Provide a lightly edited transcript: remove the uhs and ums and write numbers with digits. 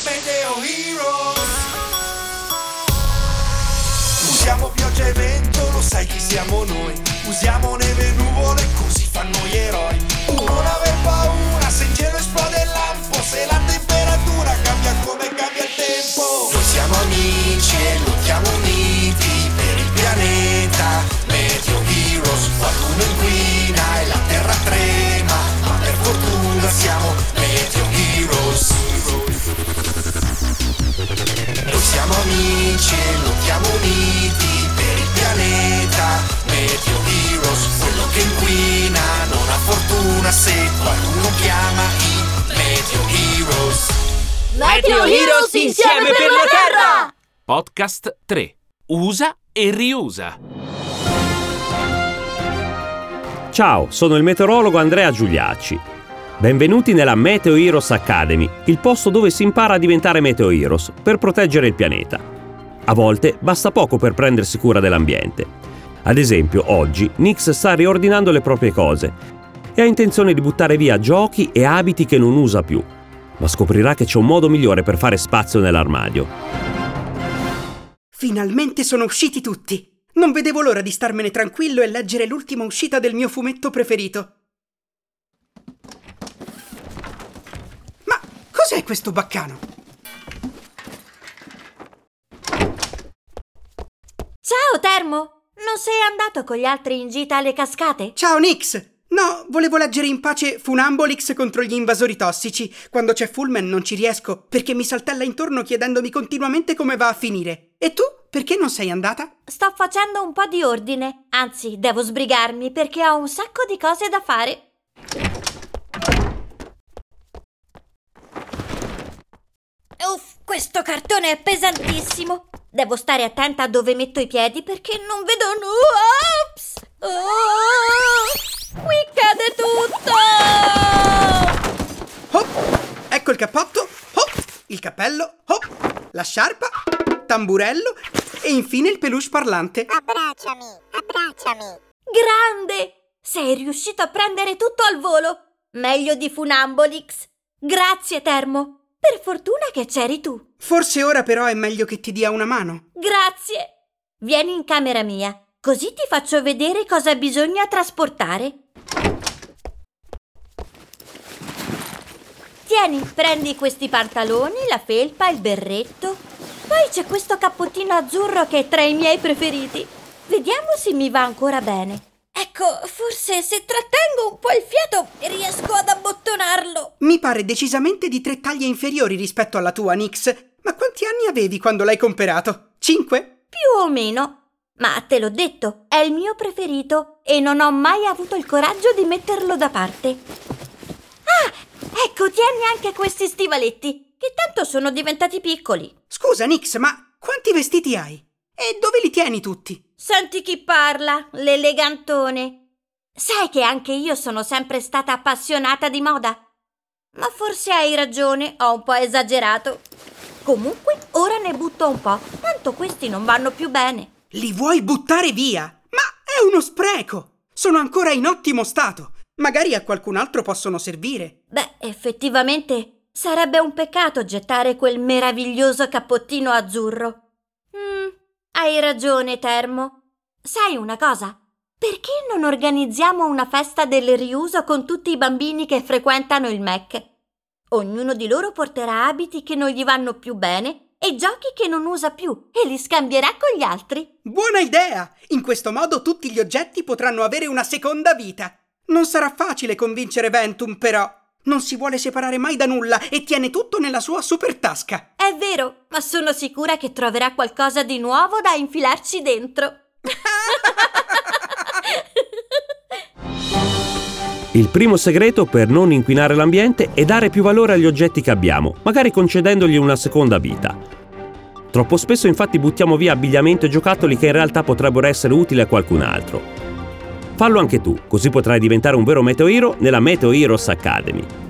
Meteo Heroes. Usiamo pioggia e vento, lo sai chi siamo noi. Usiamo neve e nuvole, così fanno gli eroi. Non aver paura se in cielo esplode il lampo, se la temperatura cambia come cambia il tempo. Noi siamo amici e lottiamo uniti per il pianeta. Meteo Heroes, qualcuno inquina e la terra trema, ma per fortuna siamo Meteo Heroes. Noi siamo amici e lottiamo uniti per il pianeta. Meteo Heroes, quello che inquina non ha fortuna se qualcuno chiama i Meteo Heroes. Meteo Heroes insieme per la Terra! Podcast 3. Usa e riusa. Ciao, sono il meteorologo Andrea Giuliacci. Benvenuti nella Meteo Heroes Academy, il posto dove si impara a diventare Meteo Heroes per proteggere il pianeta. A volte basta poco per prendersi cura dell'ambiente. Ad esempio, oggi Nix sta riordinando le proprie cose e ha intenzione di buttare via giochi e abiti che non usa più, ma scoprirà che c'è un modo migliore per fare spazio nell'armadio. Finalmente sono usciti tutti! Non vedevo l'ora di starmene tranquillo e leggere l'ultima uscita del mio fumetto preferito. Ma cos'è questo baccano? Ciao Termo! Non sei andato con gli altri in gita alle cascate? Ciao Nix! No, volevo leggere in pace Funambolix contro gli invasori tossici. Quando c'è Fullman non ci riesco perché mi saltella intorno chiedendomi continuamente come va a finire. E tu? Perché non sei andata? Sto facendo un po' di ordine. Anzi, devo sbrigarmi perché ho un sacco di cose da fare. Uff, questo cartone è pesantissimo. Devo stare attenta a dove metto i piedi perché non vedo Ops! Oh! Qui cade tutto! Hop! Ecco il cappotto! Hop! Il cappello! Hop! La sciarpa! Tamburello! E infine il peluche parlante! Abbracciami! Grande! Sei riuscito a prendere tutto al volo! Meglio di Funambolix! Grazie, Termo! Per fortuna che c'eri tu! Forse ora però è meglio che ti dia una mano. Grazie! Vieni in camera mia, così ti faccio vedere cosa bisogna trasportare. Tieni, prendi questi pantaloni, la felpa, il berretto. Poi c'è questo cappottino azzurro che è tra i miei preferiti. Vediamo se mi va ancora bene. Ecco, forse se trattengo un po' il fiato riesco ad abbottonarlo. Mi pare decisamente di 3 taglie inferiori rispetto alla tua, Nix. Ma quanti anni avevi quando l'hai comprato? 5? Più o meno. Ma te l'ho detto, è il mio preferito e non ho mai avuto il coraggio di metterlo da parte. Ah, ecco, tieni anche questi stivaletti, che tanto sono diventati piccoli. Scusa, Nix, ma quanti vestiti hai? E dove li tieni tutti? Senti chi parla, l'elegantone. Sai che anche io sono sempre stata appassionata di moda? Ma forse hai ragione, ho un po' esagerato. Comunque, ora ne butto un po', tanto questi non vanno più bene. Li vuoi buttare via? Ma è uno spreco! Sono ancora in ottimo stato. Magari a qualcun altro possono servire. Beh, effettivamente, sarebbe un peccato gettare quel meraviglioso cappottino azzurro. Hai ragione, Termo. Sai una cosa? Perché non organizziamo una festa del riuso con tutti i bambini che frequentano il MEC? Ognuno di loro porterà abiti che non gli vanno più bene e giochi che non usa più e li scambierà con gli altri. Buona idea! In questo modo tutti gli oggetti potranno avere una seconda vita. Non sarà facile convincere Ventum, però. Non si vuole separare mai da nulla e tiene tutto nella sua super tasca. È vero, ma sono sicura che troverà qualcosa di nuovo da infilarci dentro. Il primo segreto per non inquinare l'ambiente è dare più valore agli oggetti che abbiamo, magari concedendogli una seconda vita. Troppo spesso infatti buttiamo via abbigliamento e giocattoli che in realtà potrebbero essere utili a qualcun altro. Fallo anche tu, così potrai diventare un vero Meteo Hero nella Meteo Heroes Academy.